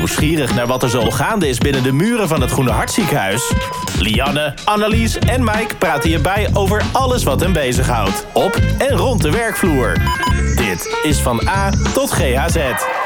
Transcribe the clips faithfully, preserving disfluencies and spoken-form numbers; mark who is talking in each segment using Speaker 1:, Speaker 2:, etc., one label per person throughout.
Speaker 1: Nieuwsgierig naar wat er zo gaande is binnen de muren van het Groene Hartziekenhuis? Lianne, Annelies en Mike praten hierbij over alles wat hen bezighoudt. Op en rond de werkvloer. Dit is van A tot G H Z.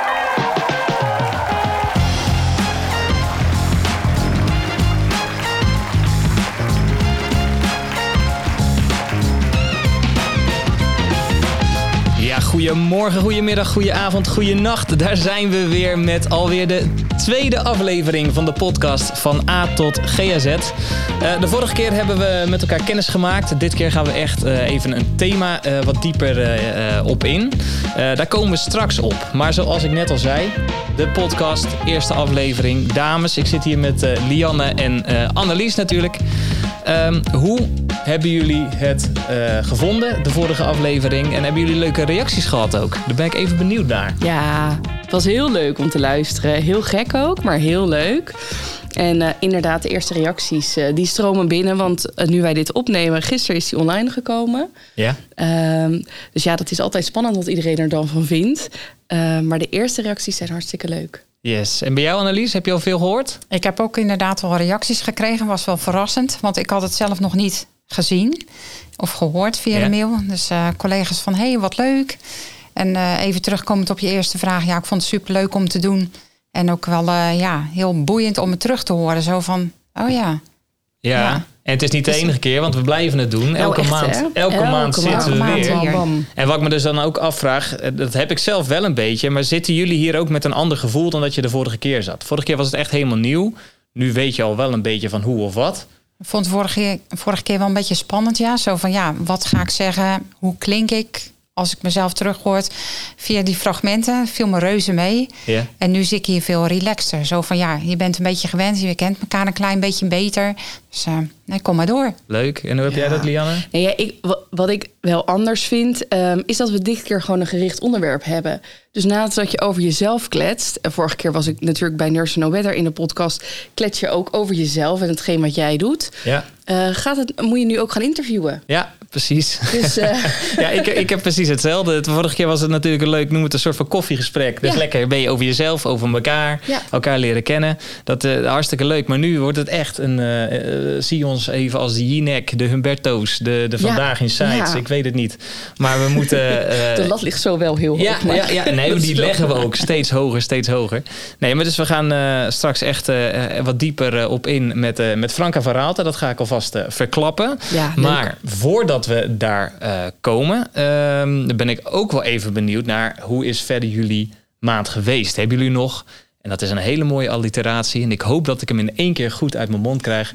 Speaker 2: Ja, goedemorgen, goedemiddag, goedenavond, goedenacht. Daar zijn we weer met alweer de tweede aflevering van de podcast van A tot G H Z. Uh, de vorige keer hebben we met elkaar kennis gemaakt. Dit keer gaan we echt uh, even een thema uh, wat dieper uh, uh, op in. Uh, daar komen we straks op. Maar zoals ik net al zei, de podcast, eerste aflevering. Dames, ik zit hier met uh, Lianne en uh, Annelies natuurlijk. Um, hoe hebben jullie het uh, gevonden, de vorige aflevering? En hebben jullie leuke reacties gehad ook? Daar ben ik even benieuwd naar.
Speaker 3: Ja, het was heel leuk om te luisteren. Heel gek ook, maar heel leuk. En uh, inderdaad, de eerste reacties uh, die stromen binnen. Want uh, nu wij dit opnemen, gisteren is die online gekomen.
Speaker 2: Ja.
Speaker 3: Um, dus ja, dat is altijd spannend wat iedereen er dan van vindt. Uh, maar de eerste reacties zijn hartstikke leuk.
Speaker 2: Yes. En bij jou, Annelies, heb je al veel gehoord?
Speaker 4: Ik heb ook inderdaad wel reacties gekregen. Was wel verrassend, want ik had het zelf nog niet gezien of gehoord via
Speaker 2: ja.
Speaker 4: de mail. Dus uh, collega's van, hé, hey, wat leuk. En uh, even terugkomend op je eerste vraag. Ja, ik vond het superleuk om te doen. En ook wel uh, ja, heel boeiend om het terug te horen. Zo van, oh ja.
Speaker 2: Ja, ja. En het is niet de
Speaker 4: dus,
Speaker 2: enige keer, want we blijven het doen. Elke,
Speaker 3: echt,
Speaker 2: maand, elke, elke maand zitten we
Speaker 4: maand
Speaker 2: weer.
Speaker 4: weer.
Speaker 2: En wat ik me dus dan ook afvraag, dat heb ik zelf wel een beetje. Maar zitten jullie hier ook met een ander gevoel dan dat je de vorige keer zat? Vorige keer was het echt helemaal nieuw. Nu weet je al wel een beetje van hoe of wat.
Speaker 4: Ik vond het vorige keer, vorige keer wel een beetje spannend, ja. Zo van, ja, wat ga ik zeggen? Hoe klink ik? Als ik mezelf terughoort via die fragmenten, viel me reuze mee.
Speaker 2: Yeah.
Speaker 4: En nu zit ik hier veel relaxter. Zo van, ja, je bent een beetje gewend. Je kent elkaar een klein beetje beter. Dus uh, nee, kom maar door.
Speaker 2: Leuk. En hoe heb ja. jij dat, Lianne?
Speaker 3: Nee, ja, ik, wat ik wel anders vind, um, is dat we dit keer gewoon een gericht onderwerp hebben. Dus nadat je over jezelf kletst. En vorige keer was ik natuurlijk bij Nurse No Better in de podcast. Klets je ook over jezelf en hetgeen wat jij doet.
Speaker 2: Ja.
Speaker 3: Uh, gaat het, moet je nu ook gaan interviewen?
Speaker 2: Ja, precies.
Speaker 3: Dus, uh...
Speaker 2: ja, ik, ik heb precies hetzelfde. De vorige keer was het natuurlijk een leuk, noem het een soort van koffiegesprek. Dus ja. lekker ben je over jezelf, over elkaar, ja. elkaar leren kennen. Dat is uh, hartstikke leuk. Maar nu wordt het echt een, uh, uh, zie ons even als de Jinek, de Humberto's, de, de Vandaag ja. in Sites. Ja. Ik weet het niet. Maar we moeten... Uh,
Speaker 3: de lat ligt zo wel heel hoog.
Speaker 2: Ja, ja, ja nee, die leggen we ook steeds hoger, steeds hoger. Nee, maar dus we gaan uh, straks echt uh, wat dieper uh, op in met, uh, met Franka van Raalte. Dat ga ik alvast uh, verklappen. Ja, maar voordat we daar uh, komen, uh, ben ik ook wel even benieuwd naar hoe is verder jullie maand geweest? Hebben jullie nog, en dat is een hele mooie alliteratie, en ik hoop dat ik hem in één keer goed uit mijn mond krijg,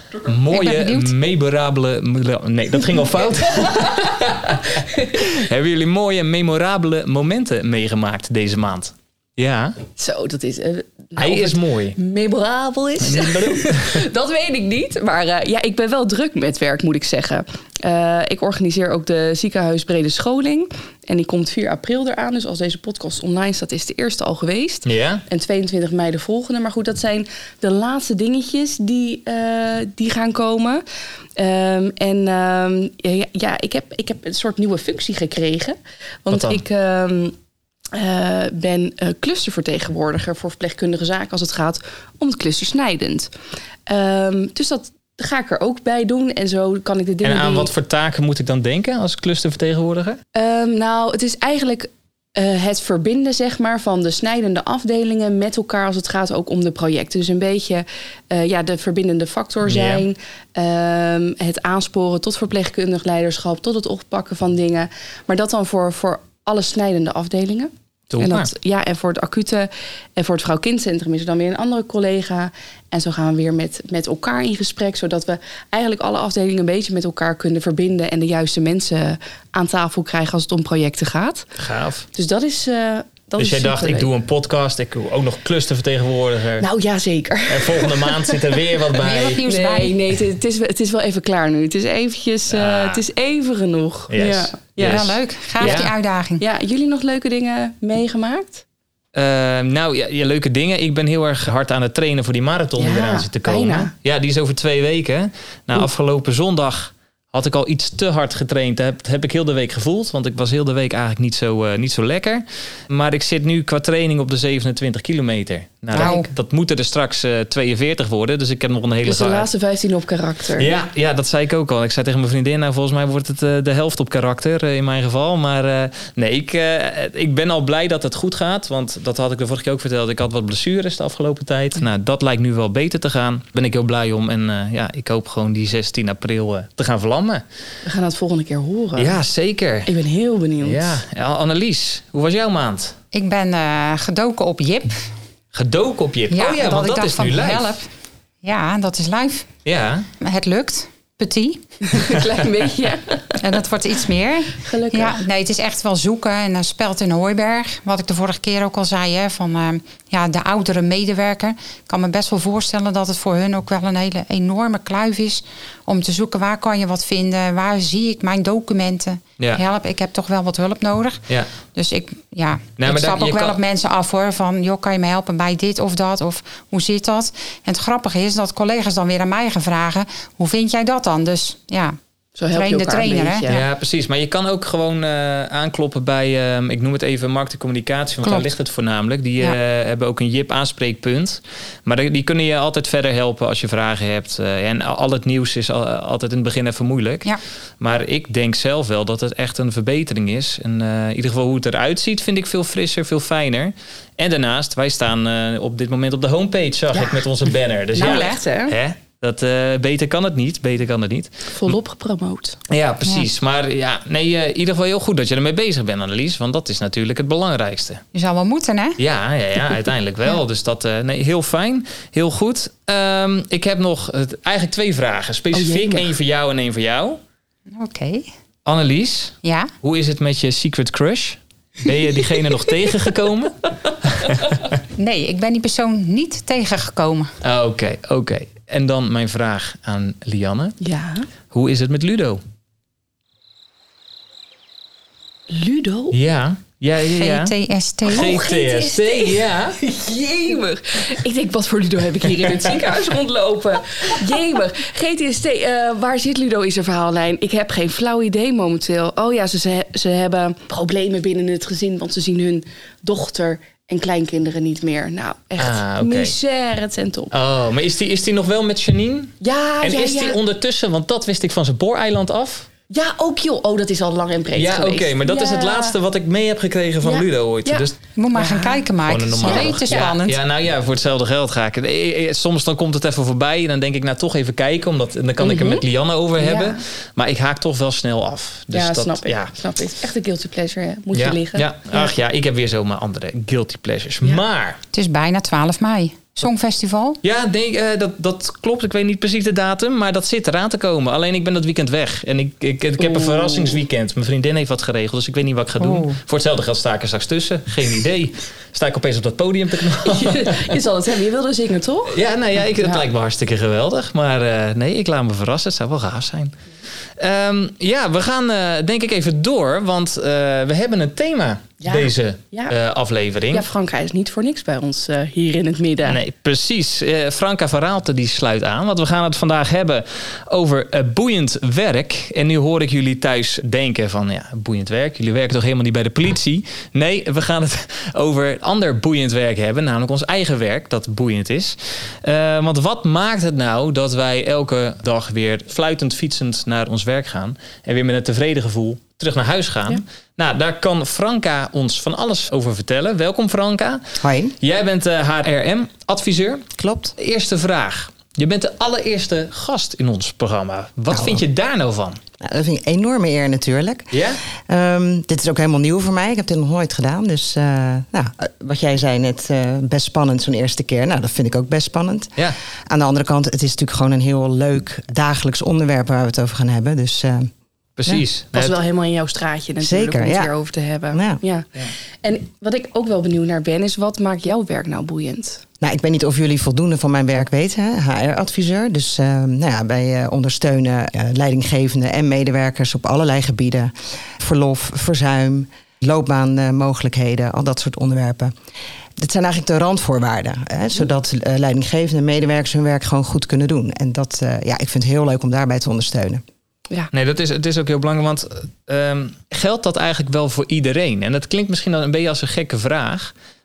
Speaker 2: mooie, memorabele... Nee, dat ging al fout. Hebben jullie mooie, memorabele momenten meegemaakt deze maand? Ja.
Speaker 3: Zo, dat is... Uh, nou,
Speaker 2: Hij is mooi.
Speaker 3: Memorabel is. Dat weet ik niet. Maar uh, ja, ik ben wel druk met werk, moet ik zeggen. Uh, ik organiseer ook de ziekenhuisbrede scholing. En die komt vier april eraan. Dus als deze podcast online staat, is de eerste al geweest.
Speaker 2: Ja.
Speaker 3: En tweeëntwintig mei de volgende. Maar goed, dat zijn de laatste dingetjes die, uh, die gaan komen. Um, en um, ja, ja ik, heb, ik heb een soort nieuwe functie gekregen. Want ik... Um, Uh, ben uh, clustervertegenwoordiger voor verpleegkundige zaken als het gaat om het clustersnijdend. Um, dus dat ga ik er ook bij doen. En zo kan ik de dingen.
Speaker 2: En aan
Speaker 3: die...
Speaker 2: wat voor taken moet ik dan denken als clustervertegenwoordiger?
Speaker 3: Um, nou, het is eigenlijk uh, het verbinden, zeg maar, van de snijdende afdelingen met elkaar als het gaat ook om de projecten. Dus een beetje uh, ja, de verbindende factor zijn. Ja. Um, het aansporen tot verpleegkundig leiderschap, tot het oppakken van dingen. Maar dat dan voor, voor alle snijdende afdelingen. En, dat, ja, en voor het acute en voor het vrouw-kindcentrum is er dan weer een andere collega. En zo gaan we weer met, met elkaar in gesprek, zodat we eigenlijk alle afdelingen een beetje met elkaar kunnen verbinden en de juiste mensen aan tafel krijgen als het om projecten gaat.
Speaker 2: Gaaf.
Speaker 3: Dus dat is... Uh, dat
Speaker 2: dus
Speaker 3: is
Speaker 2: jij dacht, ik doe een podcast, ik doe ook nog clustervertegenwoordiger.
Speaker 3: Nou ja, zeker.
Speaker 2: En volgende maand zit er weer wat bij.
Speaker 4: Weer wat nieuws
Speaker 3: nee,
Speaker 4: bij.
Speaker 3: Nee, het is, het is wel even klaar nu. Het is eventjes, uh, ah. het is even genoeg.
Speaker 2: Yes.
Speaker 3: Ja.
Speaker 4: Ja,
Speaker 2: yes.
Speaker 4: ja, leuk. Gaaf ja. die uitdaging.
Speaker 3: Ja, jullie nog leuke dingen meegemaakt?
Speaker 2: Uh, nou, ja, ja, leuke dingen. Ik ben heel erg hard aan het trainen voor die marathon die
Speaker 3: ja,
Speaker 2: eraan zit te komen.
Speaker 3: Bijna.
Speaker 2: Ja, die is over twee weken. Nou, afgelopen zondag had ik al iets te hard getraind. Dat heb, heb ik heel de week gevoeld. Want ik was heel de week eigenlijk niet zo, uh, niet zo lekker. Maar ik zit nu qua training op de zevenentwintig kilometer. Nou,
Speaker 4: Nou.
Speaker 2: dat, dat moeten er straks uh, tweeënveertig worden. Dus ik heb nog een hele...
Speaker 3: Dus de laatste vijftien op karakter.
Speaker 2: Ja, ja, dat zei ik ook al. Ik zei tegen mijn vriendin, nou volgens mij wordt het uh, de helft op karakter uh, in mijn geval. Maar uh, nee, ik, uh, ik ben al blij dat het goed gaat. Want dat had ik de vorige keer ook verteld. Ik had wat blessures de afgelopen tijd. Nou, dat lijkt nu wel beter te gaan. Daar ben ik heel blij om. En uh, ja, ik hoop gewoon die zestien april uh, te gaan vlammen.
Speaker 3: We gaan het volgende keer horen.
Speaker 2: Ja, zeker.
Speaker 3: Ik ben heel benieuwd.
Speaker 2: Ja, Annelies, hoe was jouw maand?
Speaker 4: Ik ben uh, gedoken op Jip.
Speaker 2: Gedoken op Jip? Ja, oh ja, want dat is nu live. Help.
Speaker 4: Ja, dat is live.
Speaker 2: Ja.
Speaker 4: Het lukt. Petit.
Speaker 3: Een klein beetje.
Speaker 4: En dat wordt iets meer.
Speaker 3: Gelukkig.
Speaker 4: Ja, nee, het is echt wel zoeken. En een speld in Hooiberg. Wat ik de vorige keer ook al zei. Hè, van uh, ja, de oudere medewerker. Ik kan me best wel voorstellen dat het voor hun ook wel een hele enorme kluif is. Om te zoeken waar kan je wat vinden. Waar zie ik mijn documenten. Ja. Help, ik heb toch wel wat hulp nodig. Ja. Dus ik, ja, nou, ik stap ook wel kan... op mensen af hoor. Van, joh, kan je me helpen bij dit of dat? Of hoe zit dat? En het grappige is dat collega's dan weer aan mij gaan vragen. Hoe vind jij dat dan? Dus ja...
Speaker 3: Zo help je
Speaker 4: de trainer, hè?
Speaker 2: Ja. ja, precies. Maar je kan ook gewoon uh, aankloppen bij, uh, ik noem het even marketingcommunicatie, want Klopt. daar ligt het voornamelijk. Die ja. uh, hebben ook een Jip aanspreekpunt. Maar die kunnen je altijd verder helpen als je vragen hebt. Uh, en al het nieuws is al, altijd in het begin even moeilijk. Ja. Maar ik denk zelf wel dat het echt een verbetering is. En uh, in ieder geval hoe het eruit ziet, vind ik veel frisser, veel fijner. En daarnaast, wij staan uh, op dit moment op de homepage, zag ja. ik, met onze banner. Dus
Speaker 3: nou,
Speaker 2: ja,
Speaker 3: echt, hè?
Speaker 2: hè? Dat, uh, beter kan het niet. Beter kan het niet.
Speaker 3: Volop gepromoot.
Speaker 2: Ja, precies. Ja. Maar ja, nee, uh, in ieder geval heel goed dat je ermee bezig bent, Annelies. Want dat is natuurlijk het belangrijkste.
Speaker 4: Je zou wel moeten, hè?
Speaker 2: Ja, ja, ja uiteindelijk wel. Ja. Dus dat, uh, nee, heel fijn. Heel goed. Um, ik heb nog uh, eigenlijk twee vragen. Specifiek, oh, één voor jou en één voor jou.
Speaker 4: Oké. Okay.
Speaker 2: Annelies.
Speaker 4: Ja?
Speaker 2: Hoe is het met je secret crush? Ben je diegene nog tegengekomen?
Speaker 4: Nee, ik ben die persoon niet tegengekomen.
Speaker 2: Oké, okay, oké. Okay. En dan mijn vraag aan Lianne.
Speaker 3: Ja?
Speaker 2: Hoe is het met Ludo?
Speaker 3: Ludo?
Speaker 2: Ja. Ja, ja, ja.
Speaker 4: G T S T.
Speaker 3: Oh,
Speaker 2: G T S T, ja.
Speaker 3: Jemig. Ik denk, wat voor Ludo heb ik hier in het ziekenhuis rondlopen? Jemig. G T S T, uh, waar zit Ludo in zijn verhaallijn? Ik heb geen flauw idee momenteel. Oh ja, ze, ze, ze hebben problemen binnen het gezin, want ze zien hun dochter en kleinkinderen niet meer. Nou, echt ah, okay. misère ten top.
Speaker 2: Oh, maar is die, is die nog wel met Janine?
Speaker 3: Ja,
Speaker 2: en
Speaker 3: ja,
Speaker 2: is die
Speaker 3: ja.
Speaker 2: ondertussen, want dat wist ik van zijn booreiland af...
Speaker 3: Ja, ook joh. Oh, dat is al lang en breed
Speaker 2: ja,
Speaker 3: geweest.
Speaker 2: Ja, oké. Okay, maar dat
Speaker 3: ja.
Speaker 2: is het laatste wat ik mee heb gekregen van ja. Ludo ooit.
Speaker 3: Ja.
Speaker 2: Dus,
Speaker 4: je moet maar ja. gaan kijken, Mike. Het is rete spannend.
Speaker 2: Ja, ja, nou ja, voor hetzelfde geld ga ik. Soms dan komt het even voorbij en dan denk ik, nou toch even kijken. Omdat, en dan kan mm-hmm. ik er met Lianne over ja. hebben. Maar ik haak toch wel snel af. Dus
Speaker 3: ja,
Speaker 2: dat,
Speaker 3: snap ik.
Speaker 2: Ja.
Speaker 3: Snap ik. Echt een guilty pleasure, hè? Moet
Speaker 2: ja.
Speaker 3: je liggen.
Speaker 2: Ja. Ach ja, ik heb weer zomaar andere guilty pleasures. Ja. Maar...
Speaker 4: Het is bijna twaalf mei. Songfestival?
Speaker 2: Ja, nee, uh, dat, dat klopt. Ik weet niet precies de datum, maar dat zit eraan te komen. Alleen ik ben dat weekend weg. En ik, ik, ik heb een verrassingsweekend. Mijn vriendin heeft wat geregeld, dus ik weet niet wat ik ga doen. Oeh. Voor hetzelfde geld sta ik er straks tussen. Geen idee. Sta ik opeens op dat podium te knallen.
Speaker 3: Je, je zal het hebben. Je wilde zingen, toch?
Speaker 2: Ja, nou ja, ik, het ja. lijkt me hartstikke geweldig. Maar uh, nee, ik laat me verrassen. Het zou wel gaaf zijn. Um, ja, we gaan uh, denk ik even door, want uh, we hebben een thema ja. deze ja. Uh, aflevering.
Speaker 3: Ja, Franka is niet voor niks bij ons uh, hier in het midden.
Speaker 2: Nee, precies. Uh, Franka van Raalte die sluit aan, want we gaan het vandaag hebben over uh, boeiend werk. En nu hoor ik jullie thuis denken van, ja, boeiend werk. Jullie werken toch helemaal niet bij de politie? Nee, we gaan het over ander boeiend werk hebben, namelijk ons eigen werk dat boeiend is. Uh, want wat maakt het nou dat wij elke dag weer fluitend fietsend naar ons werk gaan en weer met een tevreden gevoel terug naar huis gaan? Ja. Nou, daar kan Franka ons van alles over vertellen. Welkom, Franka.
Speaker 5: Hoi.
Speaker 2: Jij bent uh, H R M-adviseur.
Speaker 5: Klopt.
Speaker 2: Eerste vraag. Je bent de allereerste gast in ons programma. Wat nou, vind je daar nou van?
Speaker 5: Nou, dat vind ik een enorme eer natuurlijk.
Speaker 2: Ja?
Speaker 5: Um, dit is ook helemaal nieuw voor mij. Ik heb dit nog nooit gedaan. Dus uh, nou, wat jij zei net, uh, best spannend zo'n eerste keer. Nou, dat vind ik ook best spannend.
Speaker 2: Ja.
Speaker 5: Aan de andere kant, het is natuurlijk gewoon een heel leuk dagelijks onderwerp waar we het over gaan hebben. Dus... Uh,
Speaker 2: Precies.
Speaker 3: Ja, was wel helemaal in jouw straatje natuurlijk. Zeker, om het
Speaker 5: ja.
Speaker 3: hierover te hebben. Ja. Ja. Ja. En wat ik ook wel benieuwd naar ben, is wat maakt jouw werk nou boeiend?
Speaker 5: Nou, ik weet niet of jullie voldoende van mijn werk weten. H R-adviseur. Dus uh, nou ja, wij uh, ondersteunen uh, leidinggevenden en medewerkers op allerlei gebieden. Verlof, verzuim, loopbaanmogelijkheden, al dat soort onderwerpen. Dat zijn eigenlijk de randvoorwaarden. Hè, zodat uh, leidinggevende en medewerkers hun werk gewoon goed kunnen doen. En dat, uh, ja, ik vind het heel leuk om daarbij te ondersteunen.
Speaker 2: Ja. Nee, dat is, het is ook heel belangrijk, want um, geldt dat eigenlijk wel voor iedereen? En dat klinkt misschien al een beetje als een gekke vraag,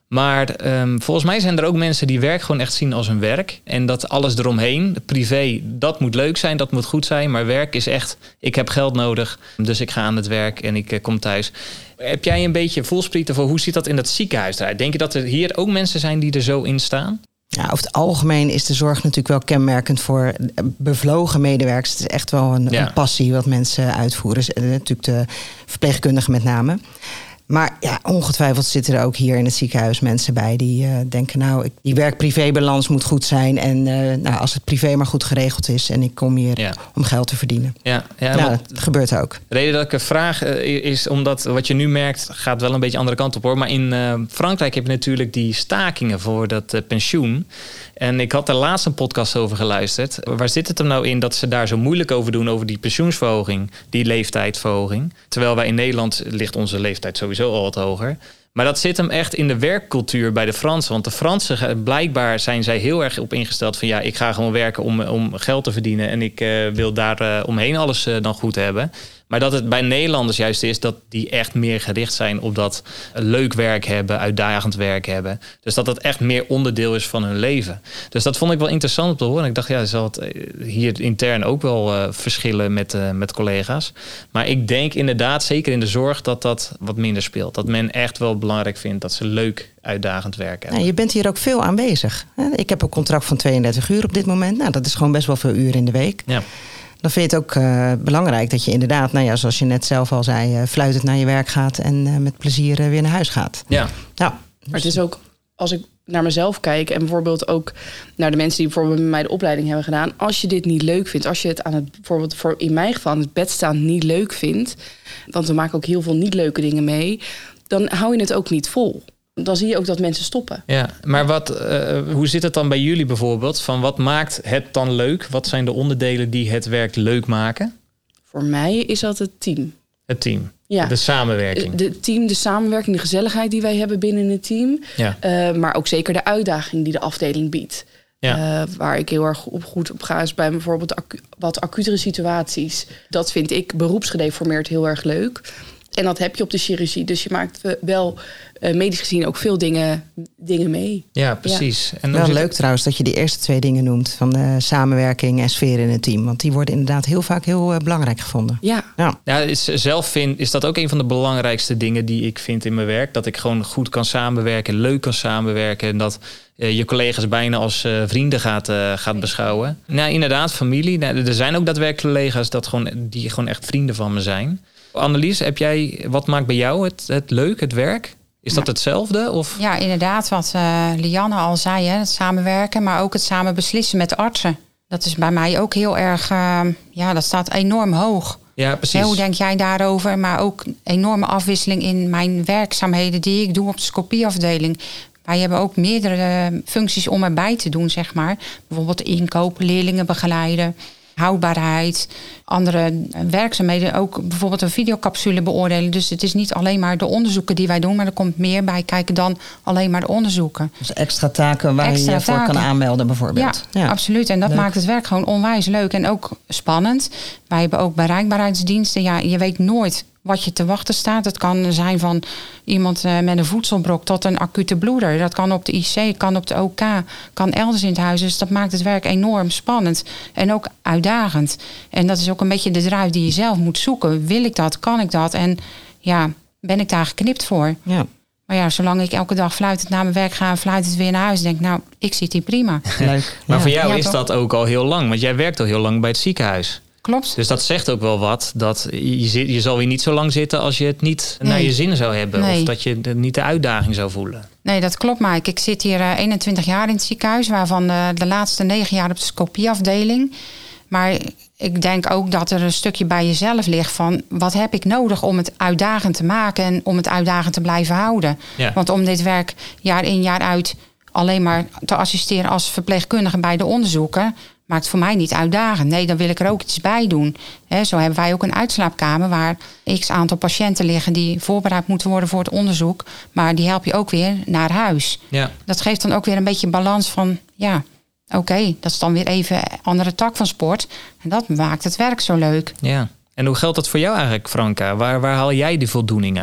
Speaker 2: Maar um, volgens mij zijn er ook mensen die werk gewoon echt zien als hun werk. En dat alles eromheen, privé, dat moet leuk zijn, dat moet goed zijn. Maar werk is echt, ik heb geld nodig, dus ik ga aan het werk en ik uh, kom thuis. Heb jij een beetje voelsprieten voor hoe ziet dat in dat ziekenhuis eruit? Denk je dat er hier ook mensen zijn die er zo in staan?
Speaker 5: Ja, over het algemeen is de zorg natuurlijk wel kenmerkend voor bevlogen medewerkers. Het is echt wel een, ja. een passie wat mensen uitvoeren. Natuurlijk de verpleegkundigen met name. Maar ja, ongetwijfeld zitten er ook hier in het ziekenhuis mensen bij die uh, denken, nou, ik, die werk-privé-balans moet goed zijn. En uh, nou, als het privé maar goed geregeld is en ik kom hier ja. om geld te verdienen. Ja, ja, nou, dat gebeurt ook.
Speaker 2: De reden dat ik het vraag uh, is omdat wat je nu merkt, gaat wel een beetje andere kant op hoor. Maar in uh, Frankrijk heb je natuurlijk die stakingen voor dat uh, pensioen. En ik had er laatst een podcast over geluisterd. Waar zit het er nou in dat ze daar zo moeilijk over doen, over die pensioensverhoging, die leeftijdsverhoging? Terwijl wij in Nederland ligt onze leeftijd sowieso al wat hoger. Maar dat zit hem echt in de werkcultuur bij de Fransen. Want de Fransen, blijkbaar zijn zij heel erg op ingesteld van ja, ik ga gewoon werken om, om geld te verdienen. En ik uh, wil daar uh, omheen alles uh, dan goed hebben. Maar dat het bij Nederlanders juist is dat die echt meer gericht zijn op dat leuk werk hebben, uitdagend werk hebben. Dus dat dat echt meer onderdeel is van hun leven. Dus dat vond ik wel interessant om te horen. Ik dacht, ja, zal het hier intern ook wel uh, verschillen met, uh, met collega's. Maar ik denk inderdaad, zeker in de zorg, dat dat wat minder speelt. Dat men echt wel belangrijk vindt dat ze leuk uitdagend werk hebben.
Speaker 5: Ja, je bent hier ook veel aanwezig. Ik heb een contract van tweeëndertig uur op dit moment. Nou, dat is gewoon best wel veel uren in de week. Ja. Dan vind je het ook uh, belangrijk dat je inderdaad, nou ja, zoals je net zelf al zei, uh, fluitend naar je werk gaat en uh, met plezier uh, weer naar huis gaat.
Speaker 2: Ja.
Speaker 3: Nou, maar het is ook, als ik naar mezelf kijk en bijvoorbeeld ook naar de mensen die bijvoorbeeld met mij de opleiding hebben gedaan, als je dit niet leuk vindt, als je het aan het bijvoorbeeld voor in mijn geval aan het bed staan niet leuk vindt, want we maken ook heel veel niet leuke dingen mee, dan hou je het ook niet vol. Dan zie je ook dat mensen stoppen.
Speaker 2: Ja, maar wat, uh, hoe zit het dan bij jullie bijvoorbeeld? Van wat maakt het dan leuk? Wat zijn de onderdelen die het werk leuk maken?
Speaker 3: Voor mij is dat het team.
Speaker 2: Het team, ja. De samenwerking.
Speaker 3: De team, de samenwerking, de gezelligheid die wij hebben binnen het team. Ja. Uh, maar ook zeker de uitdaging die de afdeling biedt. Ja. Uh, waar ik heel erg op goed op ga is bij bijvoorbeeld acu- wat acutere situaties. Dat vind ik beroepsgedeformeerd heel erg leuk. En dat heb je op de chirurgie. Dus je maakt wel uh, medisch gezien ook veel dingen, dingen mee.
Speaker 2: Ja, precies.
Speaker 5: Ja. En wel leuk het... trouwens dat je die eerste twee dingen noemt. Van de samenwerking en sfeer in het team. Want die worden inderdaad heel vaak heel uh, belangrijk gevonden.
Speaker 3: Ja.
Speaker 2: Ja. Ja, is, zelf vind, is dat ook een van de belangrijkste dingen die ik vind in mijn werk. Dat ik gewoon goed kan samenwerken, leuk kan samenwerken. En dat uh, je collega's bijna als uh, vrienden gaat, uh, gaat beschouwen. Nou, inderdaad, familie. Nou, er zijn ook daadwerkelijk collega's dat gewoon, die gewoon echt vrienden van me zijn. Annelies, heb jij, wat maakt bij jou het, het leuk, het werk? Is dat hetzelfde? Of?
Speaker 4: Ja, inderdaad, wat uh, Lianne al zei, hè, het samenwerken, maar ook het samen beslissen met artsen. Dat is bij mij ook heel erg, uh, ja, dat staat enorm hoog.
Speaker 2: Ja, precies.
Speaker 4: Hoe denk jij daarover? Maar ook enorme afwisseling in mijn werkzaamheden die ik doe op de scopieafdeling. Wij hebben ook meerdere functies om erbij te doen, zeg maar. Bijvoorbeeld inkoop, leerlingen begeleiden, houdbaarheid, andere werkzaamheden, ook bijvoorbeeld een videocapsule beoordelen. Dus het is niet alleen maar de onderzoeken die wij doen, maar er komt meer bij kijken dan alleen maar de onderzoeken.
Speaker 5: Dus extra taken waar extra je je voor kan aanmelden bijvoorbeeld.
Speaker 4: Ja, ja. absoluut. En dat leuk. Maakt het werk gewoon onwijs leuk en ook spannend. Wij hebben ook bereikbaarheidsdiensten. Ja, je weet nooit wat je te wachten staat. Het kan zijn van iemand met een voedselbrok tot een acute bloeder. Dat kan op de I C, kan op de O K, kan elders in het huis. Dus dat maakt het werk enorm spannend en ook uitdagend. En dat is ook een beetje de drive die je zelf moet zoeken. Wil ik dat? Kan ik dat? En ja, ben ik daar geknipt voor? Ja. Maar ja, zolang ik elke dag fluitend naar mijn werk ga en fluitend weer naar huis, denk ik, nou, ik zit hier prima.
Speaker 2: Leuk. Maar ja. voor jou
Speaker 4: ja,
Speaker 2: is
Speaker 4: toch?
Speaker 2: dat ook al heel lang, want jij werkt al heel lang bij het ziekenhuis.
Speaker 4: Klopt.
Speaker 2: Dus dat zegt ook wel wat. Dat je, zit, je zal weer niet zo lang zitten als je het niet nee. naar je zin zou hebben. Nee. Of dat je de, niet de uitdaging zou voelen.
Speaker 4: Nee, dat klopt, Mike. Ik zit hier uh, eenentwintig jaar in het ziekenhuis, waarvan uh, de laatste negen jaar op de scopieafdeling. Maar ik denk ook dat er een stukje bij jezelf ligt van wat heb ik nodig om het uitdagend te maken en om het uitdagend te blijven houden. Ja. Want om dit werk jaar in jaar uit alleen maar te assisteren als verpleegkundige bij de onderzoeken maakt voor mij niet uitdagend. Nee, dan wil ik er ook iets bij doen. He, zo hebben wij ook een uitslaapkamer waar x aantal patiënten liggen die voorbereid moeten worden voor het onderzoek. Maar die help je ook weer naar huis. Ja. Dat geeft dan ook weer een beetje balans van, ja, oké, okay, dat is dan weer even een andere tak van sport. En dat maakt het werk zo leuk.
Speaker 2: Ja. En hoe geldt dat voor jou eigenlijk, Franka? Waar, waar haal jij die voldoening uit?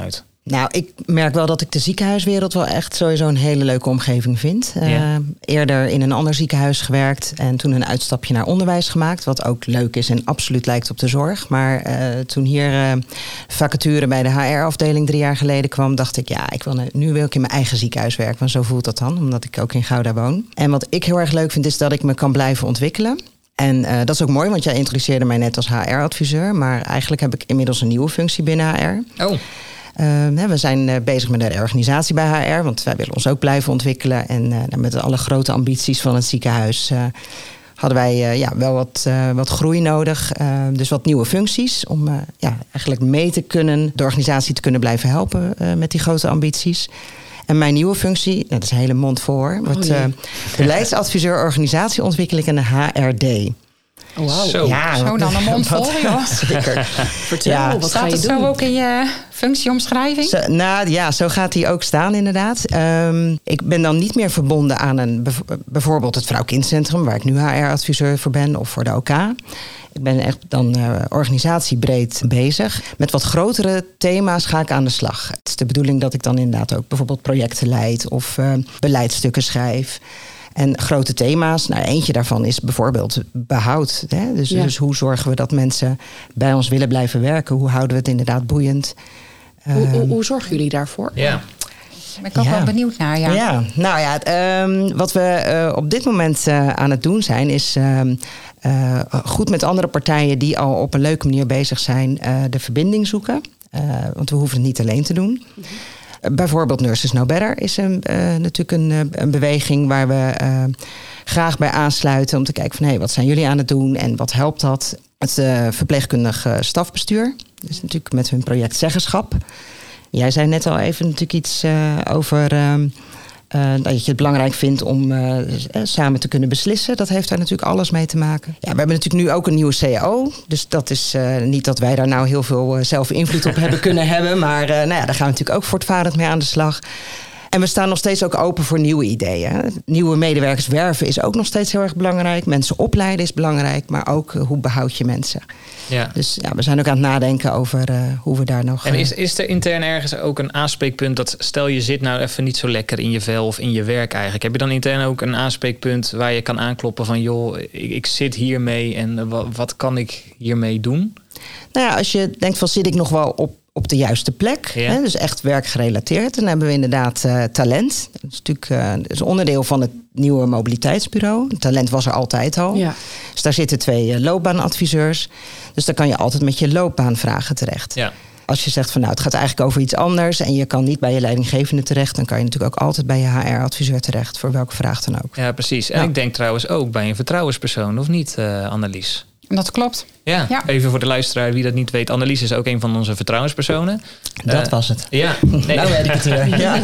Speaker 5: Nou, ik merk wel dat ik de ziekenhuiswereld wel echt sowieso een hele leuke omgeving vind. Ja. Uh, eerder in een ander ziekenhuis gewerkt en toen een uitstapje naar onderwijs gemaakt. Wat ook leuk is en absoluut lijkt op de zorg. Maar uh, toen hier uh, vacature bij de H R-afdeling drie jaar geleden kwam, dacht ik, ja, ik wil, nu wil ik in mijn eigen ziekenhuis werken. Want zo voelt dat dan, omdat ik ook in Gouda woon. En wat ik heel erg leuk vind, is dat ik me kan blijven ontwikkelen. En uh, dat is ook mooi, want jij introduceerde mij net als H R-adviseur. Maar eigenlijk heb ik inmiddels een nieuwe functie binnen H R.
Speaker 2: Oh.
Speaker 5: Uh, we zijn uh, bezig met de reorganisatie bij H R, want wij willen ons ook blijven ontwikkelen. En uh, met alle grote ambities van het ziekenhuis uh, hadden wij uh, ja, wel wat, uh, wat groei nodig. Uh, dus wat nieuwe functies om uh, ja, eigenlijk mee te kunnen, de organisatie te kunnen blijven helpen uh, met die grote ambities. En mijn nieuwe functie, nou, dat is een hele mond voor, hoor, wordt uh, beleidsadviseur organisatieontwikkeling en de H R D.
Speaker 3: Oh, wow.
Speaker 2: Zo.
Speaker 5: Ja,
Speaker 4: Zo dan een mond vol, joh.
Speaker 5: Zeker.
Speaker 3: Vertel,
Speaker 5: Ja,
Speaker 3: wat ga
Speaker 4: Staat
Speaker 3: je
Speaker 4: het
Speaker 3: doen?
Speaker 4: zo ook in je functieomschrijving?
Speaker 5: Zo, nou ja, zo gaat die ook staan inderdaad. Um, ik ben dan niet meer verbonden aan een bev- bijvoorbeeld het Vrouw-Kindcentrum, waar ik nu H R-adviseur voor ben, of voor de O K. Ik ben echt dan uh, organisatiebreed bezig. Met wat grotere thema's ga ik aan de slag. Het is de bedoeling dat ik dan inderdaad ook bijvoorbeeld projecten leid of uh, beleidsstukken schrijf. En grote thema's, nou eentje daarvan is bijvoorbeeld behoud. Hè? Dus,
Speaker 3: Ja.
Speaker 5: dus hoe zorgen we dat mensen bij ons willen blijven werken? Hoe houden we het inderdaad boeiend?
Speaker 3: Hoe, hoe,
Speaker 5: Um,
Speaker 3: hoe zorgen jullie daarvoor?
Speaker 2: Ja.
Speaker 4: Daar ben ik ook
Speaker 5: Ja.
Speaker 4: wel benieuwd naar, ja.
Speaker 5: Ja, nou ja, um, wat we uh, op dit moment uh, aan het doen zijn, is um, uh, goed met andere partijen die al op een leuke manier bezig zijn, uh, de verbinding zoeken. Uh, want we hoeven het niet alleen te doen. Mm-hmm. Uh, bijvoorbeeld Nurses Know Better is een, uh, natuurlijk een, uh, een beweging waar we uh, graag bij aansluiten om te kijken van hé, hey, wat zijn jullie aan het doen en wat helpt dat? Het uh, verpleegkundig uh, stafbestuur, dus natuurlijk met hun project Zeggenschap. Jij zei net al even natuurlijk iets uh, over uh, uh, dat je het belangrijk vindt om uh, samen te kunnen beslissen. Dat heeft daar natuurlijk alles mee te maken. Ja, we hebben natuurlijk nu ook een nieuwe C A O. Dus dat is uh, niet dat wij daar nou heel veel uh, zelf invloed op hebben kunnen hebben. Maar uh, nou ja, daar gaan we natuurlijk ook voortvarend mee aan de slag. En we staan nog steeds ook open voor nieuwe ideeën. Nieuwe medewerkers werven is ook nog steeds heel erg belangrijk. Mensen opleiden is belangrijk, maar ook uh, hoe behoud je mensen.
Speaker 2: Ja.
Speaker 5: Dus ja, we zijn ook aan het nadenken over uh, hoe we daar nog...
Speaker 2: En
Speaker 5: Uh,
Speaker 2: is, is er intern ergens ook een aanspreekpunt dat stel je zit nou even niet zo lekker in je vel of in je werk eigenlijk. Heb je dan intern ook een aanspreekpunt waar je kan aankloppen van joh, ik, ik zit hiermee en wat, wat kan ik hiermee doen?
Speaker 5: Nou ja, als je denkt van zit ik nog wel op, op de juiste plek,
Speaker 2: Ja.
Speaker 5: hè, dus echt werkgerelateerd, dan hebben we inderdaad uh, talent. Dat is natuurlijk uh, dat is onderdeel van het nieuwe mobiliteitsbureau. Talent was er altijd al.
Speaker 3: Ja.
Speaker 5: Dus daar zitten twee uh, loopbaanadviseurs. Dus daar kan je altijd met je loopbaanvragen terecht.
Speaker 2: Ja.
Speaker 5: Als je zegt van nou, het gaat eigenlijk over iets anders en je kan niet bij je leidinggevende terecht, dan kan je natuurlijk ook altijd bij je H R-adviseur terecht, voor welke vraag dan ook.
Speaker 2: Ja, precies. En
Speaker 5: Ja.
Speaker 2: ik denk trouwens ook bij een vertrouwenspersoon, of niet, uh, Annelies?
Speaker 4: Dat klopt.
Speaker 2: Ja.
Speaker 4: Ja.
Speaker 2: Even voor de luisteraar wie dat niet weet. Annelies is ook een van onze vertrouwenspersonen.
Speaker 5: Dat
Speaker 2: Uh,
Speaker 5: was het.
Speaker 2: Ja. Nee.
Speaker 5: Nou weet ik het weer. Ja.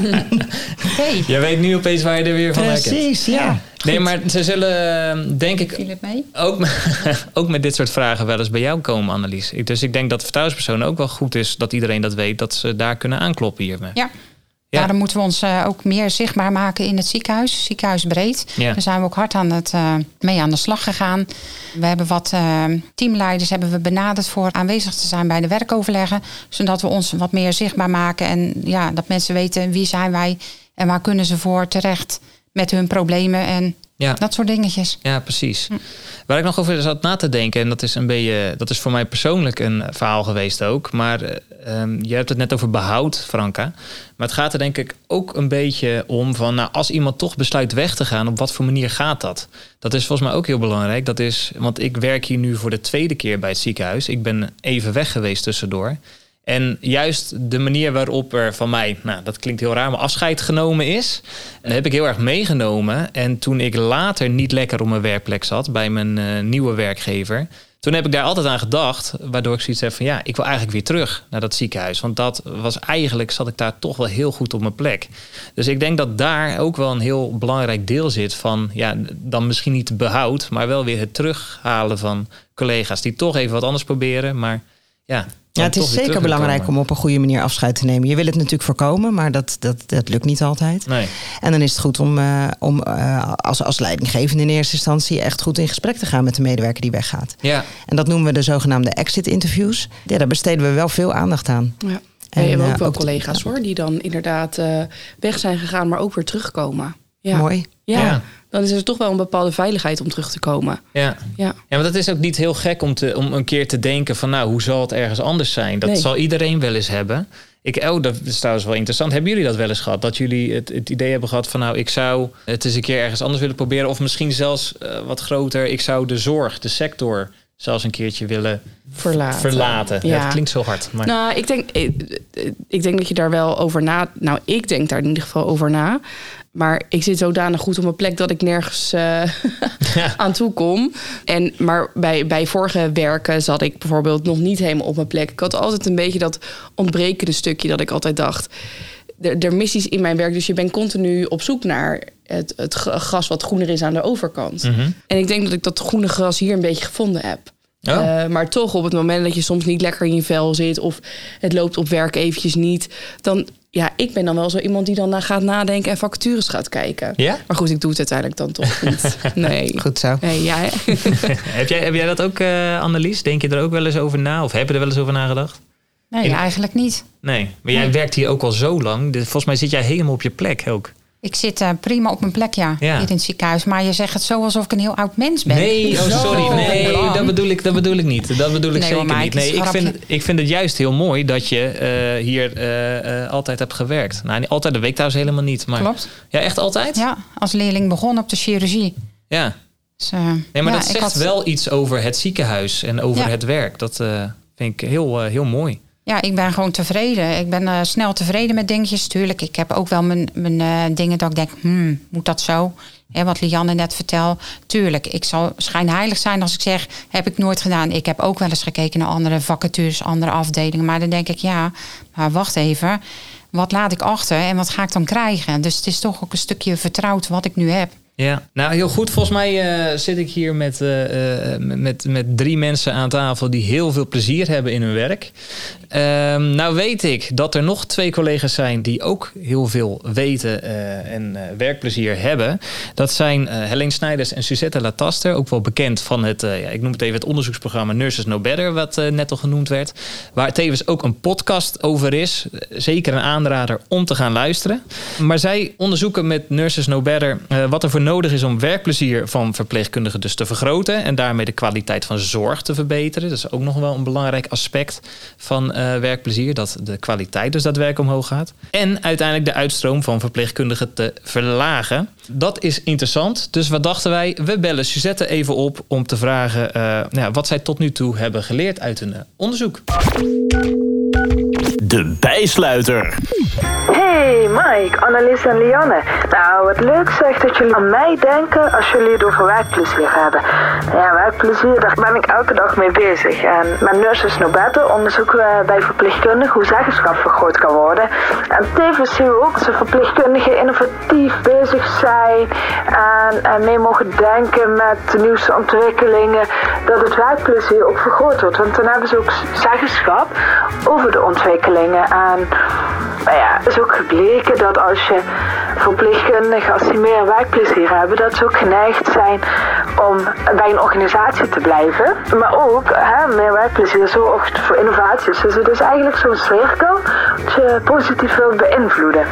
Speaker 4: Oké.
Speaker 2: Jij weet nu opeens waar je er weer van herkent.
Speaker 5: Precies, ja.
Speaker 2: Nee, maar ze zullen, denk ik,
Speaker 4: Viel het mee?
Speaker 2: ook, ook met dit soort vragen wel eens bij jou komen, Annelies. Ik- Dus ik denk dat vertrouwenspersonen ook wel goed is dat iedereen dat weet, dat ze daar kunnen aankloppen hiermee.
Speaker 4: Ja.
Speaker 2: Ja.
Speaker 4: Daarom moeten we ons uh, ook meer zichtbaar maken in het ziekenhuis, ziekenhuisbreed.
Speaker 2: Ja.
Speaker 4: Daar zijn we ook hard aan het, uh, mee aan de slag gegaan. We hebben wat uh, teamleiders hebben we benaderd voor aanwezig te zijn bij de werkoverleggen. Zodat we ons wat meer zichtbaar maken. En ja, dat mensen weten wie zijn wij en waar kunnen ze voor terecht met hun problemen en
Speaker 2: Ja.
Speaker 4: dat soort dingetjes.
Speaker 2: Ja, precies. Waar ik nog over zat na te denken, en dat is een beetje, dat is voor mij persoonlijk een verhaal geweest ook. Maar uh, um, je hebt het net over behoud, Franka. Maar het gaat er denk ik ook een beetje om van, nou, als iemand toch besluit weg te gaan, op wat voor manier gaat dat? Dat is volgens mij ook heel belangrijk. Dat is, want ik werk hier nu voor de tweede keer bij het ziekenhuis. Ik ben even weg geweest tussendoor. En juist de manier waarop er van mij, nou dat klinkt heel raar, maar afscheid genomen is, dat heb ik heel erg meegenomen. En toen ik later niet lekker op mijn werkplek zat bij mijn uh, nieuwe werkgever, toen heb ik daar altijd aan gedacht, waardoor ik zoiets heb van ja, ik wil eigenlijk weer terug naar dat ziekenhuis. Want dat was eigenlijk, zat ik daar toch wel heel goed op mijn plek. Dus ik denk dat daar ook wel een heel belangrijk deel zit van, ja, dan misschien niet behoud, maar wel weer het terughalen van collega's die toch even wat anders proberen, maar ja.
Speaker 5: Ja, het is zeker belangrijk om op een goede manier afscheid te nemen. Je wil het natuurlijk voorkomen, maar dat, dat, dat lukt niet altijd.
Speaker 2: Nee.
Speaker 5: En dan is het goed om, uh, om uh, als, als leidinggevende in eerste instantie echt goed in gesprek te gaan met de medewerker die weggaat.
Speaker 2: Ja.
Speaker 5: En dat noemen we de zogenaamde exit interviews. Ja, daar besteden we wel veel aandacht aan.
Speaker 3: Ja. En, we hebben
Speaker 5: uh,
Speaker 3: ook wel
Speaker 5: ook
Speaker 3: collega's
Speaker 5: de,
Speaker 3: hoor, die dan inderdaad uh, weg zijn gegaan, maar ook weer terugkomen. Ja.
Speaker 5: Mooi.
Speaker 3: Ja.
Speaker 2: Ja.
Speaker 3: Dan is er toch wel een bepaalde veiligheid om terug te komen.
Speaker 2: Ja.
Speaker 3: Ja.
Speaker 2: Ja, maar dat is ook niet heel gek om, te, om een keer te denken van... nou, hoe zal het ergens anders zijn? Dat
Speaker 3: Nee.
Speaker 2: zal iedereen wel eens hebben. Ik, oh, dat is trouwens wel interessant. Hebben jullie dat wel eens gehad? Dat jullie het, het idee hebben gehad van... nou, ik zou het eens een keer ergens anders willen proberen... of misschien zelfs uh, wat groter... ik zou de zorg, de sector... zelfs een keertje willen
Speaker 3: Verlaten.
Speaker 2: verlaten. Ja.
Speaker 3: Ja.
Speaker 2: Ja, het klinkt zo hard. Maar...
Speaker 3: Nou, ik denk, ik, ik denk dat je daar wel over na... Nou, ik denk daar in ieder geval over na. Maar ik zit zodanig goed op mijn plek dat ik nergens uh,
Speaker 2: ja.
Speaker 3: aan toe kom. En, maar bij, bij vorige werken zat ik bijvoorbeeld nog niet helemaal op mijn plek. Ik had altijd een beetje dat ontbrekende stukje dat ik altijd dacht... Er, er missies in mijn werk, dus je bent continu op zoek naar het, het gras wat groener is aan de overkant.
Speaker 2: Mm-hmm.
Speaker 3: En ik denk dat ik dat groene gras hier een beetje gevonden heb.
Speaker 2: Oh.
Speaker 3: Uh, maar toch op het moment dat je soms niet lekker in je vel zit... of het loopt op werk eventjes niet... dan, ja, ik ben dan wel zo iemand die dan na gaat nadenken... en vacatures gaat kijken.
Speaker 2: Ja?
Speaker 3: Maar goed, ik doe het uiteindelijk dan toch niet. Nee.
Speaker 5: Goed zo.
Speaker 3: Nee, ja,
Speaker 2: heb, jij, heb jij dat ook, uh, Annelies? Denk je er ook wel eens over na? Of heb je er wel eens over nagedacht?
Speaker 4: Nee,
Speaker 2: In...
Speaker 4: eigenlijk niet.
Speaker 2: Nee, maar jij nee. werkt hier ook al zo lang. Dus volgens mij zit jij helemaal op je plek ook.
Speaker 4: Ik zit uh, prima op mijn plek, ja,
Speaker 2: ja,
Speaker 4: hier in het ziekenhuis. Maar je zegt het zo alsof ik een heel oud mens ben.
Speaker 2: Nee, oh, sorry. Nee, dat bedoel ik, dat bedoel ik niet. Dat bedoel ik
Speaker 4: nee,
Speaker 2: zeker
Speaker 4: maar
Speaker 2: niet. Nee, ik vind, het, ik vind het juist heel mooi dat je uh, hier uh, uh, altijd hebt gewerkt. Nou, altijd, dat weet ik trouwens helemaal niet. Maar...
Speaker 4: Klopt.
Speaker 2: Ja, echt altijd?
Speaker 4: Ja, als leerling begonnen op de chirurgie.
Speaker 2: Ja.
Speaker 4: Dus, uh,
Speaker 2: nee, maar
Speaker 4: ja,
Speaker 2: dat zegt
Speaker 4: had...
Speaker 2: wel iets over het ziekenhuis en over ja. het werk. Dat uh, vind ik heel, uh, heel mooi.
Speaker 4: Ja, ik ben gewoon tevreden. Ik ben uh, snel tevreden met dingetjes. Tuurlijk, ik heb ook wel mijn, mijn uh, dingen dat ik denk... Hmm, moet dat zo? Hè, wat Lianne net vertelde. Tuurlijk, ik zal schijnheilig zijn als ik zeg... heb ik nooit gedaan. Ik heb ook wel eens gekeken naar andere vacatures, andere afdelingen. Maar dan denk ik, ja, maar wacht even. Wat laat ik achter en wat ga ik dan krijgen? Dus het is toch ook een stukje vertrouwd wat ik nu heb.
Speaker 2: Ja, nou heel goed. Volgens mij uh, zit ik hier met, uh, met, met drie mensen aan tafel die heel veel plezier hebben in hun werk. Uh, nou weet ik dat er nog twee collega's zijn die ook heel veel weten uh, en uh, werkplezier hebben. Dat zijn uh, Helene Snijders en Suzette Lataster, ook wel bekend van het, uh, ja, ik noem het even het onderzoeksprogramma Nurses Know Better, wat uh, net al genoemd werd. Waar tevens ook een podcast over is. Zeker een aanrader om te gaan luisteren. Maar zij onderzoeken met Nurses Know Better uh, wat er voor nodig is om werkplezier van verpleegkundigen dus te vergroten en daarmee de kwaliteit van zorg te verbeteren. Dat is ook nog wel een belangrijk aspect van uh, werkplezier, dat de kwaliteit dus daadwerkelijk omhoog gaat. En uiteindelijk de uitstroom van verpleegkundigen te verlagen. Dat is interessant. Dus wat dachten wij? We bellen Suzette even op om te vragen uh, nou ja, wat zij tot nu toe hebben geleerd uit hun uh, onderzoek.
Speaker 1: De bijsluiter.
Speaker 6: Hey Mike, Annelies en Lianne. Nou, wat leuk zegt dat jullie aan mij denken als jullie het over werkplezier hebben. Ja, werkplezier, daar ben ik elke dag mee bezig. En met Nurses Know Better onderzoeken we bij verpleegkundigen hoe zeggenschap vergroot kan worden. En tevens zien we ook dat verpleegkundigen innovatief bezig zijn en, en mee mogen denken met de nieuwste ontwikkelingen, dat het werkplezier ook vergroot wordt. Want dan hebben ze ook zeggenschap over de ontwikkelingen. En nou ja, het is ook gebleken dat als je verpleegkundigen, als die meer werkplezier hebben, dat ze ook geneigd zijn om bij een organisatie te blijven. Maar ook, hè, meer werkplezier zorgt voor innovaties. Dus het is eigenlijk zo'n cirkel dat je positief wilt beïnvloeden.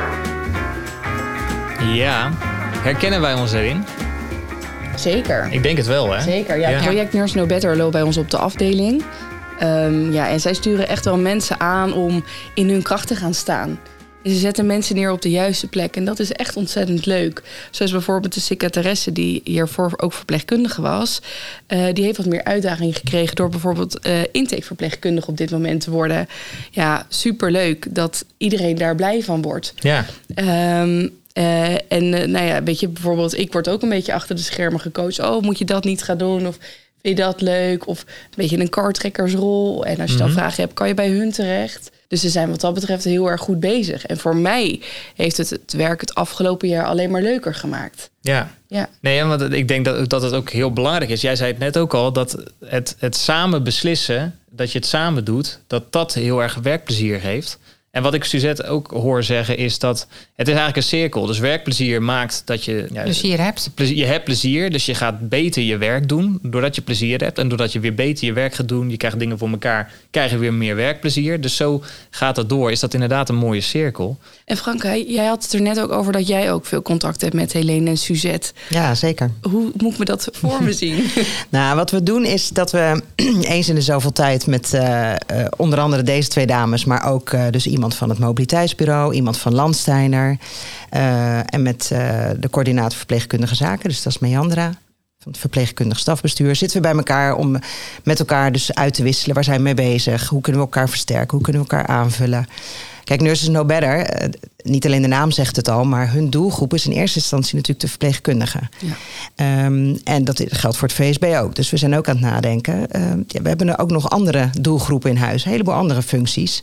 Speaker 2: Ja, herkennen wij ons erin?
Speaker 3: Zeker.
Speaker 2: Ik denk het wel, hè?
Speaker 3: Zeker, ja. ja. Project Nurses Know Better loopt bij ons op de afdeling. Um, ja, en zij sturen echt wel mensen aan om in hun kracht te gaan staan. Ze zetten mensen neer op de juiste plek. En dat is echt ontzettend leuk. Zoals bijvoorbeeld de secretaresse die hiervoor ook verpleegkundige was. Uh, die heeft wat meer uitdaging gekregen door bijvoorbeeld uh, intakeverpleegkundige op dit moment te worden. Ja, superleuk dat iedereen daar blij van wordt.
Speaker 2: Ja.
Speaker 3: Um, Uh, en uh, nou ja, weet je, bijvoorbeeld, ik word ook een beetje achter de schermen gecoacht. Oh, moet je dat niet gaan doen? Of vind je dat leuk? Of een beetje een kartrekkersrol. En als je dan mm-hmm. vragen hebt, kan je bij hun terecht? Dus ze zijn wat dat betreft heel erg goed bezig. En voor mij heeft het het werk het afgelopen jaar alleen maar leuker gemaakt.
Speaker 2: Ja.
Speaker 3: Ja.
Speaker 2: Nee, want ik denk dat, dat het ook heel belangrijk is. Jij zei het net ook al, dat het, het samen beslissen, dat je het samen doet, dat dat heel erg werkplezier geeft. En wat ik Suzette ook hoor zeggen is dat het is eigenlijk een cirkel. Dus werkplezier maakt dat je... Ja,
Speaker 4: plezier hebt.
Speaker 2: Plezier, je hebt plezier, dus je gaat beter je werk doen doordat je plezier hebt. En doordat je weer beter je werk gaat doen, je krijgt dingen voor elkaar, krijg je weer meer werkplezier. Dus zo gaat dat door. Is dat inderdaad een mooie cirkel.
Speaker 3: En Franka, jij had het er net ook over dat jij ook veel contact hebt met Helene en Suzette.
Speaker 5: Ja, zeker.
Speaker 3: Hoe moet ik me dat voor me zien?
Speaker 5: Nou, wat we doen is dat we eens in de zoveel tijd met uh, uh, onder andere deze twee dames, maar ook uh, dus iemand van het mobiliteitsbureau, iemand van Landsteiner uh, en met uh, de coördinator verpleegkundige zaken, dus dat is Meandra, van het verpleegkundig stafbestuur, zitten we bij elkaar om met elkaar dus uit te wisselen. Waar zijn we mee bezig? Hoe kunnen we elkaar versterken? Hoe kunnen we elkaar aanvullen? Kijk, Nurses Know Better, uh, niet alleen de naam zegt het al, maar hun doelgroep is in eerste instantie natuurlijk de verpleegkundigen. Ja. Um, en dat geldt voor het V S B ook. Dus we zijn ook aan het nadenken. Uh, ja, we hebben er ook nog andere doelgroepen in huis, een heleboel andere functies.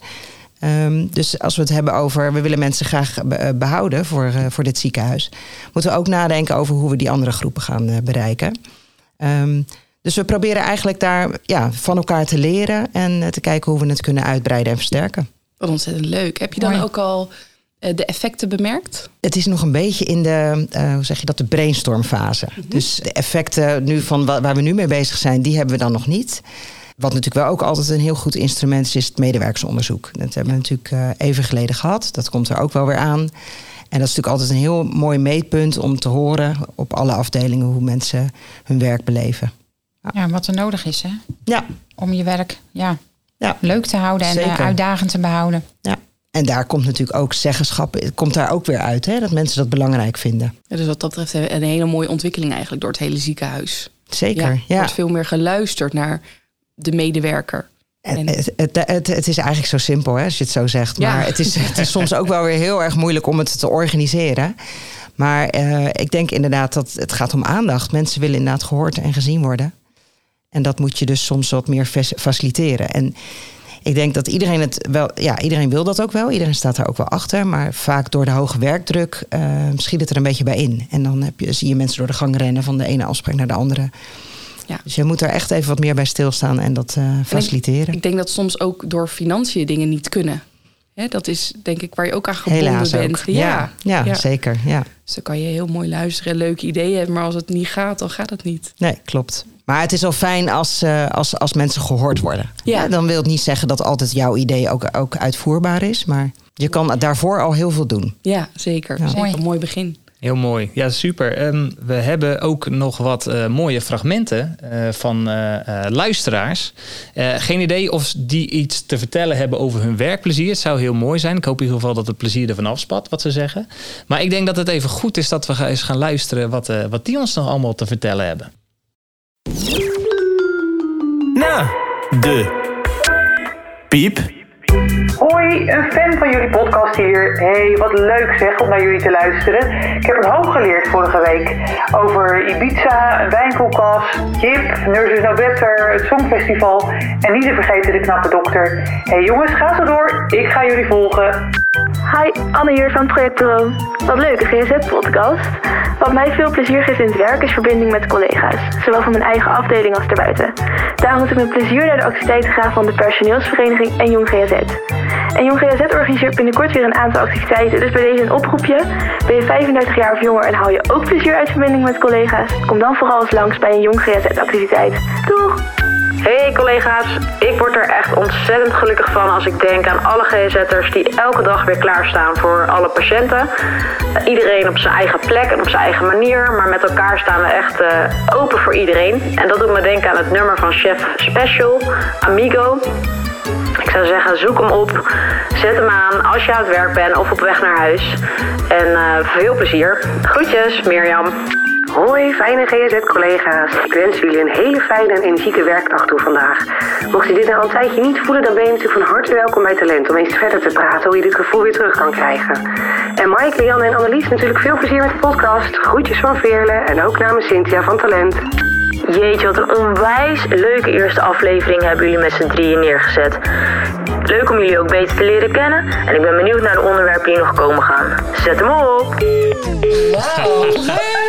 Speaker 5: Um, dus als we het hebben over, we willen mensen graag behouden voor, uh, voor dit ziekenhuis, moeten we ook nadenken over hoe we die andere groepen gaan uh, bereiken. Um, dus we proberen eigenlijk daar ja, van elkaar te leren en uh, te kijken hoe we het kunnen uitbreiden en versterken.
Speaker 3: Wat ontzettend leuk. Heb je dan Mooi. ook al uh, de effecten bemerkt?
Speaker 5: Het is nog een beetje in de, uh, hoe zeg je dat, de brainstormfase. Mm-hmm. Dus de effecten nu van wa- waar we nu mee bezig zijn, die hebben we dan nog niet. Wat natuurlijk wel ook altijd een heel goed instrument is, is het medewerkersonderzoek. Dat hebben we natuurlijk uh, even geleden gehad. Dat komt er ook wel weer aan. En dat is natuurlijk altijd een heel mooi meetpunt om te horen op alle afdelingen hoe mensen hun werk beleven.
Speaker 4: Ja, ja wat er nodig is, hè?
Speaker 5: Ja.
Speaker 4: Om je werk ja,
Speaker 5: ja.
Speaker 4: leuk te houden en uh, uitdagend te behouden.
Speaker 5: Ja. En daar komt natuurlijk ook zeggenschap, het komt daar ook weer uit, hè, dat mensen dat belangrijk vinden.
Speaker 3: Ja, dus wat dat betreft een hele mooie ontwikkeling eigenlijk door het hele ziekenhuis.
Speaker 5: Zeker, ja.
Speaker 3: Er wordt veel meer geluisterd naar de medewerker.
Speaker 5: En het, het, het, het is eigenlijk zo simpel, hè, als je het zo zegt. Maar ja. het, is, het is soms ook wel weer heel erg moeilijk om het te organiseren. Maar uh, ik denk inderdaad dat het gaat om aandacht. Mensen willen inderdaad gehoord en gezien worden. En dat moet je dus soms wat meer faciliteren. En ik denk dat iedereen het wel... Ja, iedereen wil dat ook wel. Iedereen staat daar ook wel achter. Maar vaak door de hoge werkdruk uh, schiet het er een beetje bij in. En dan heb je, zie je mensen door de gang rennen van de ene afspraak naar de andere. Ja. Dus je moet er echt even wat meer bij stilstaan en dat uh, faciliteren.
Speaker 3: Ik, ik denk dat soms ook door financiën dingen niet kunnen. Hè, dat is denk ik waar je ook aan gebonden
Speaker 5: Helaas
Speaker 3: bent.
Speaker 5: Ook. Ja, ja, ja, ja, zeker. Ja.
Speaker 3: Dus dan kan je heel mooi luisteren, leuke ideeën hebben. Maar als het niet gaat, dan gaat het niet.
Speaker 5: Nee, klopt. Maar het is wel fijn als, uh, als, als mensen gehoord worden. Ja. Ja, dan wil het niet zeggen dat altijd jouw idee ook, ook uitvoerbaar is. Maar je kan daarvoor al heel veel doen.
Speaker 3: Ja, zeker. Ja. Zeker een mooi begin.
Speaker 2: Heel mooi. Ja, super. Um, we hebben ook nog wat uh, mooie fragmenten uh, van uh, uh, luisteraars. Uh, geen idee of die iets te vertellen hebben over hun werkplezier. Het zou heel mooi zijn. Ik hoop in ieder geval dat het plezier ervan afspat, wat ze zeggen. Maar ik denk dat het even goed is dat we eens gaan luisteren wat, uh, wat die ons nog allemaal te vertellen hebben.
Speaker 1: Nou, de piep.
Speaker 7: Hoi, een fan van jullie podcast hier. Hey, wat leuk zeg om naar jullie te luisteren. Ik heb een hoop geleerd vorige week over Ibiza, een wijnkoelkast, Jip, Nurses Know Better, het Songfestival en niet te vergeten de knappe dokter. Hey jongens, ga zo door. Ik ga jullie volgen.
Speaker 8: Hi, Anne hier van het Projectbureau. Wat leuk, een G S Z-podcast. Wat mij veel plezier geeft in het werk is verbinding met collega's. Zowel van mijn eigen afdeling als daarbuiten. Daarom moet ik met plezier naar de activiteiten gaan van de personeelsvereniging en Jong G S Z. En Jong G S Z organiseert binnenkort weer een aantal activiteiten. Dus bij deze een oproepje. Ben je vijfendertig jaar of jonger en hou je ook plezier uit verbinding met collega's? Kom dan vooral eens langs bij een Jong G S Z-activiteit. Doeg!
Speaker 9: Hey collega's, ik word er echt ontzettend gelukkig van als ik denk aan alle G S Z'ers die elke dag weer klaarstaan voor alle patiënten. Iedereen op zijn eigen plek en op zijn eigen manier, maar met elkaar staan we echt uh, open voor iedereen. En dat doet me denken aan het nummer van Chef Special, Amigo. Ik zou zeggen, zoek hem op, zet hem aan als je aan het werk bent of op weg naar huis. En uh, veel plezier. Groetjes, Mirjam.
Speaker 10: Hoi, fijne G S Z-collega's. Ik wens jullie een hele fijne en energieke werkdag toe vandaag. Mocht je dit nou een tijdje niet voelen, dan ben je natuurlijk van harte welkom bij Talent om eens verder te praten hoe je dit gevoel weer terug kan krijgen. En Mike, Lianne en Annelies, natuurlijk veel plezier met de podcast. Groetjes van Veerle en ook namens Cynthia van Talent.
Speaker 9: Jeetje, wat een onwijs leuke eerste aflevering hebben jullie met z'n drieën neergezet. Leuk om jullie ook beter te leren kennen. En ik ben benieuwd naar de onderwerpen die nog komen gaan. Zet hem op!
Speaker 2: Wauw, leuk!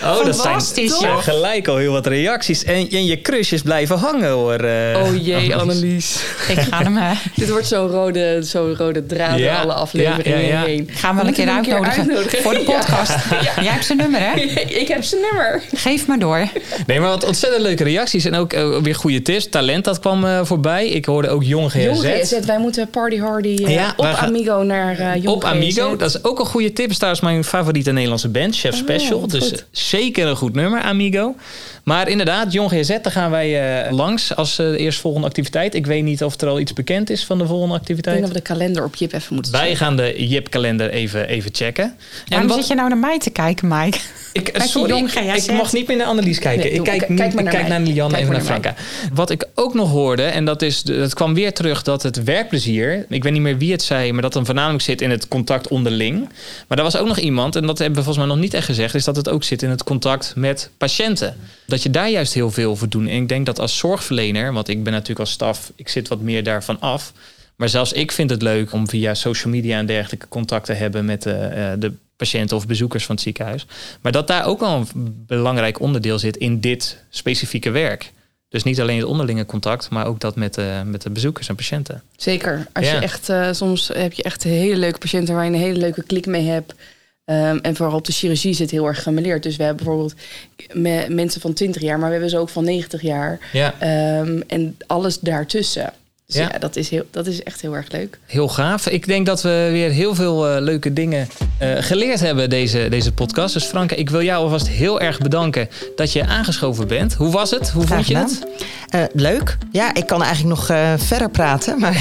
Speaker 2: Oh, dat zijn,
Speaker 4: Fantastisch,
Speaker 2: zijn
Speaker 4: joh.
Speaker 2: gelijk al heel wat reacties. En, en je crushjes blijven hangen, hoor. Uh,
Speaker 3: Oh jee, Annelies.
Speaker 4: Ik ga hem... Uh,
Speaker 3: Dit wordt zo'n rode, zo rode draad
Speaker 2: Ja,
Speaker 3: door alle afleveringen
Speaker 2: ja, ja, ja.
Speaker 3: heen.
Speaker 4: gaan we wel een keer uitnodigen voor de podcast.
Speaker 3: Ja.
Speaker 4: Jij hebt zijn nummer, hè?
Speaker 3: Ik heb zijn nummer.
Speaker 4: Geef maar door.
Speaker 2: Nee, maar wat ontzettend leuke reacties. En ook uh, weer goede tips. Talent, dat kwam uh, voorbij. Ik hoorde ook Jong G Z.
Speaker 3: Jong G Z, wij moeten Party Hardy uh,
Speaker 2: Ja,
Speaker 3: op
Speaker 2: wij gaan-
Speaker 3: Amigo naar uh, Jong
Speaker 2: Op
Speaker 3: G Z.
Speaker 2: Amigo, dat is ook een goede tip. Is trouwens mijn favoriete Nederlandse band, Chef
Speaker 3: Oh,
Speaker 2: Special.
Speaker 3: wat
Speaker 2: Dus
Speaker 3: goed.
Speaker 2: zeker een goed nummer, Amigo. Maar inderdaad, Jong G Z, daar gaan wij uh, langs als uh, de eerstvolgende activiteit. Ik weet niet of er al iets bekend is van de volgende
Speaker 3: Ik
Speaker 2: activiteit.
Speaker 3: denk dat we de kalender op Jip even moeten
Speaker 2: Wij
Speaker 3: checken.
Speaker 2: gaan de Jip-kalender even, even checken.
Speaker 4: Waarom zit je nou naar mij te kijken, Mike?
Speaker 2: Ik,
Speaker 4: Met die
Speaker 2: sorry,
Speaker 4: Jong G Z?
Speaker 2: ik mag niet meer naar Annelies kijken.
Speaker 3: Nee,
Speaker 2: ik
Speaker 3: doe-
Speaker 2: kijk,
Speaker 3: kijk
Speaker 2: niet,
Speaker 3: maar
Speaker 2: ik
Speaker 3: naar
Speaker 2: kijk
Speaker 3: mij.
Speaker 2: naar Lianne
Speaker 3: Kijk
Speaker 2: en
Speaker 3: maar
Speaker 2: naar
Speaker 3: naar
Speaker 2: Franka. Wat ik ook nog hoorde, en dat, is, dat kwam weer terug, dat het werkplezier... Ik weet niet meer wie het zei, maar dat dan voornamelijk zit in het contact onderling. Maar er was ook nog iemand, en dat hebben we volgens mij nog niet echt gezegd... is dat het ook zit in het contact met patiënten. Dat je daar juist heel veel voor doet. En ik denk dat als zorgverlener, want ik ben natuurlijk als staf... ik zit wat meer daarvan af... Maar zelfs ik vind het leuk om via social media en dergelijke contact te hebben met de, uh, de patiënten of bezoekers van het ziekenhuis. Maar dat daar ook al een belangrijk onderdeel zit in dit specifieke werk. Dus niet alleen het onderlinge contact, maar ook dat met, uh, met de bezoekers en patiënten.
Speaker 3: Zeker. Als
Speaker 2: Ja.
Speaker 3: je echt, uh, soms heb je echt hele leuke patiënten waar je een hele leuke klik mee hebt. Um, en vooral op de chirurgie zit heel erg gemêleerd. Dus we hebben bijvoorbeeld me, mensen van twintig jaar, maar we hebben ze ook van negentig jaar.
Speaker 2: Ja.
Speaker 3: Um, en alles daartussen. Dus ja,
Speaker 2: Ja.
Speaker 3: dat, is heel, dat is echt heel erg leuk.
Speaker 2: Heel gaaf. Ik denk dat we weer heel veel uh, leuke dingen uh, geleerd hebben deze, deze podcast. Dus Franka, ik wil jou alvast heel erg bedanken dat je aangeschoven bent. Hoe was het? Hoe vond je het?
Speaker 5: Uh, leuk. Ja, ik kan eigenlijk nog uh, verder praten, maar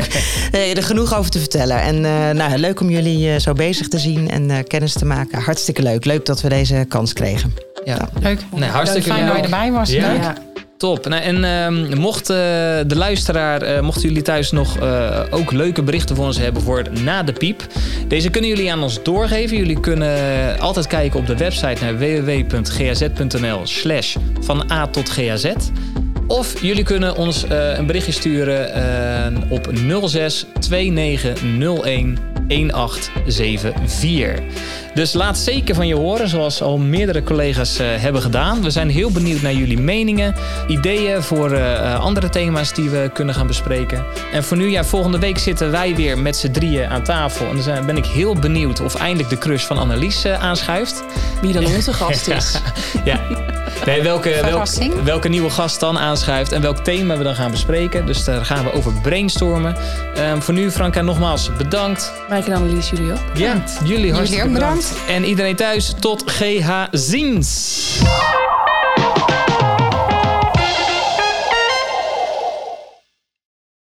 Speaker 5: er is genoeg over te vertellen. En uh, nou, leuk om jullie uh, zo bezig te zien en uh, kennis te maken. Hartstikke leuk. Leuk dat we deze kans kregen.
Speaker 2: Ja.
Speaker 5: Nou.
Speaker 4: Leuk.
Speaker 2: Nee, hartstikke
Speaker 4: Fijn dat je erbij was.
Speaker 2: Ja.
Speaker 4: Leuk.
Speaker 3: Ja.
Speaker 2: Top. Nou, en uh, mocht uh, de luisteraar, uh, mochten jullie thuis nog uh, ook leuke berichten voor ons hebben voor Na de Piep. Deze kunnen jullie aan ons doorgeven. Jullie kunnen altijd kijken op de website naar w w w punt g a z punt n l slash van A tot G A Z. Of jullie kunnen ons uh, een berichtje sturen uh, op nul zes twee negen nul een een acht zeven vier. Dus laat zeker van je horen, zoals al meerdere collega's uh, hebben gedaan. We zijn heel benieuwd naar jullie meningen, ideeën voor uh, andere thema's die we kunnen gaan bespreken. En voor nu, ja, volgende week zitten wij weer met z'n drieën aan tafel. En dan zijn, ben ik heel benieuwd of eindelijk de crush van Annelies uh, aanschuift.
Speaker 3: Wie dan onze gast is.
Speaker 2: Ja. Nee, welke, welk,
Speaker 4: Verrassing.
Speaker 2: welke nieuwe gast dan aanschuift en welk thema we dan gaan bespreken. Dus daar gaan we over brainstormen. Um, voor nu, Franka, nogmaals bedankt.
Speaker 3: Mike en Annelies, jullie ook.
Speaker 2: Ja, jullie hartstikke
Speaker 4: ook bedankt.
Speaker 2: bedankt. En iedereen thuis, tot G H ziens.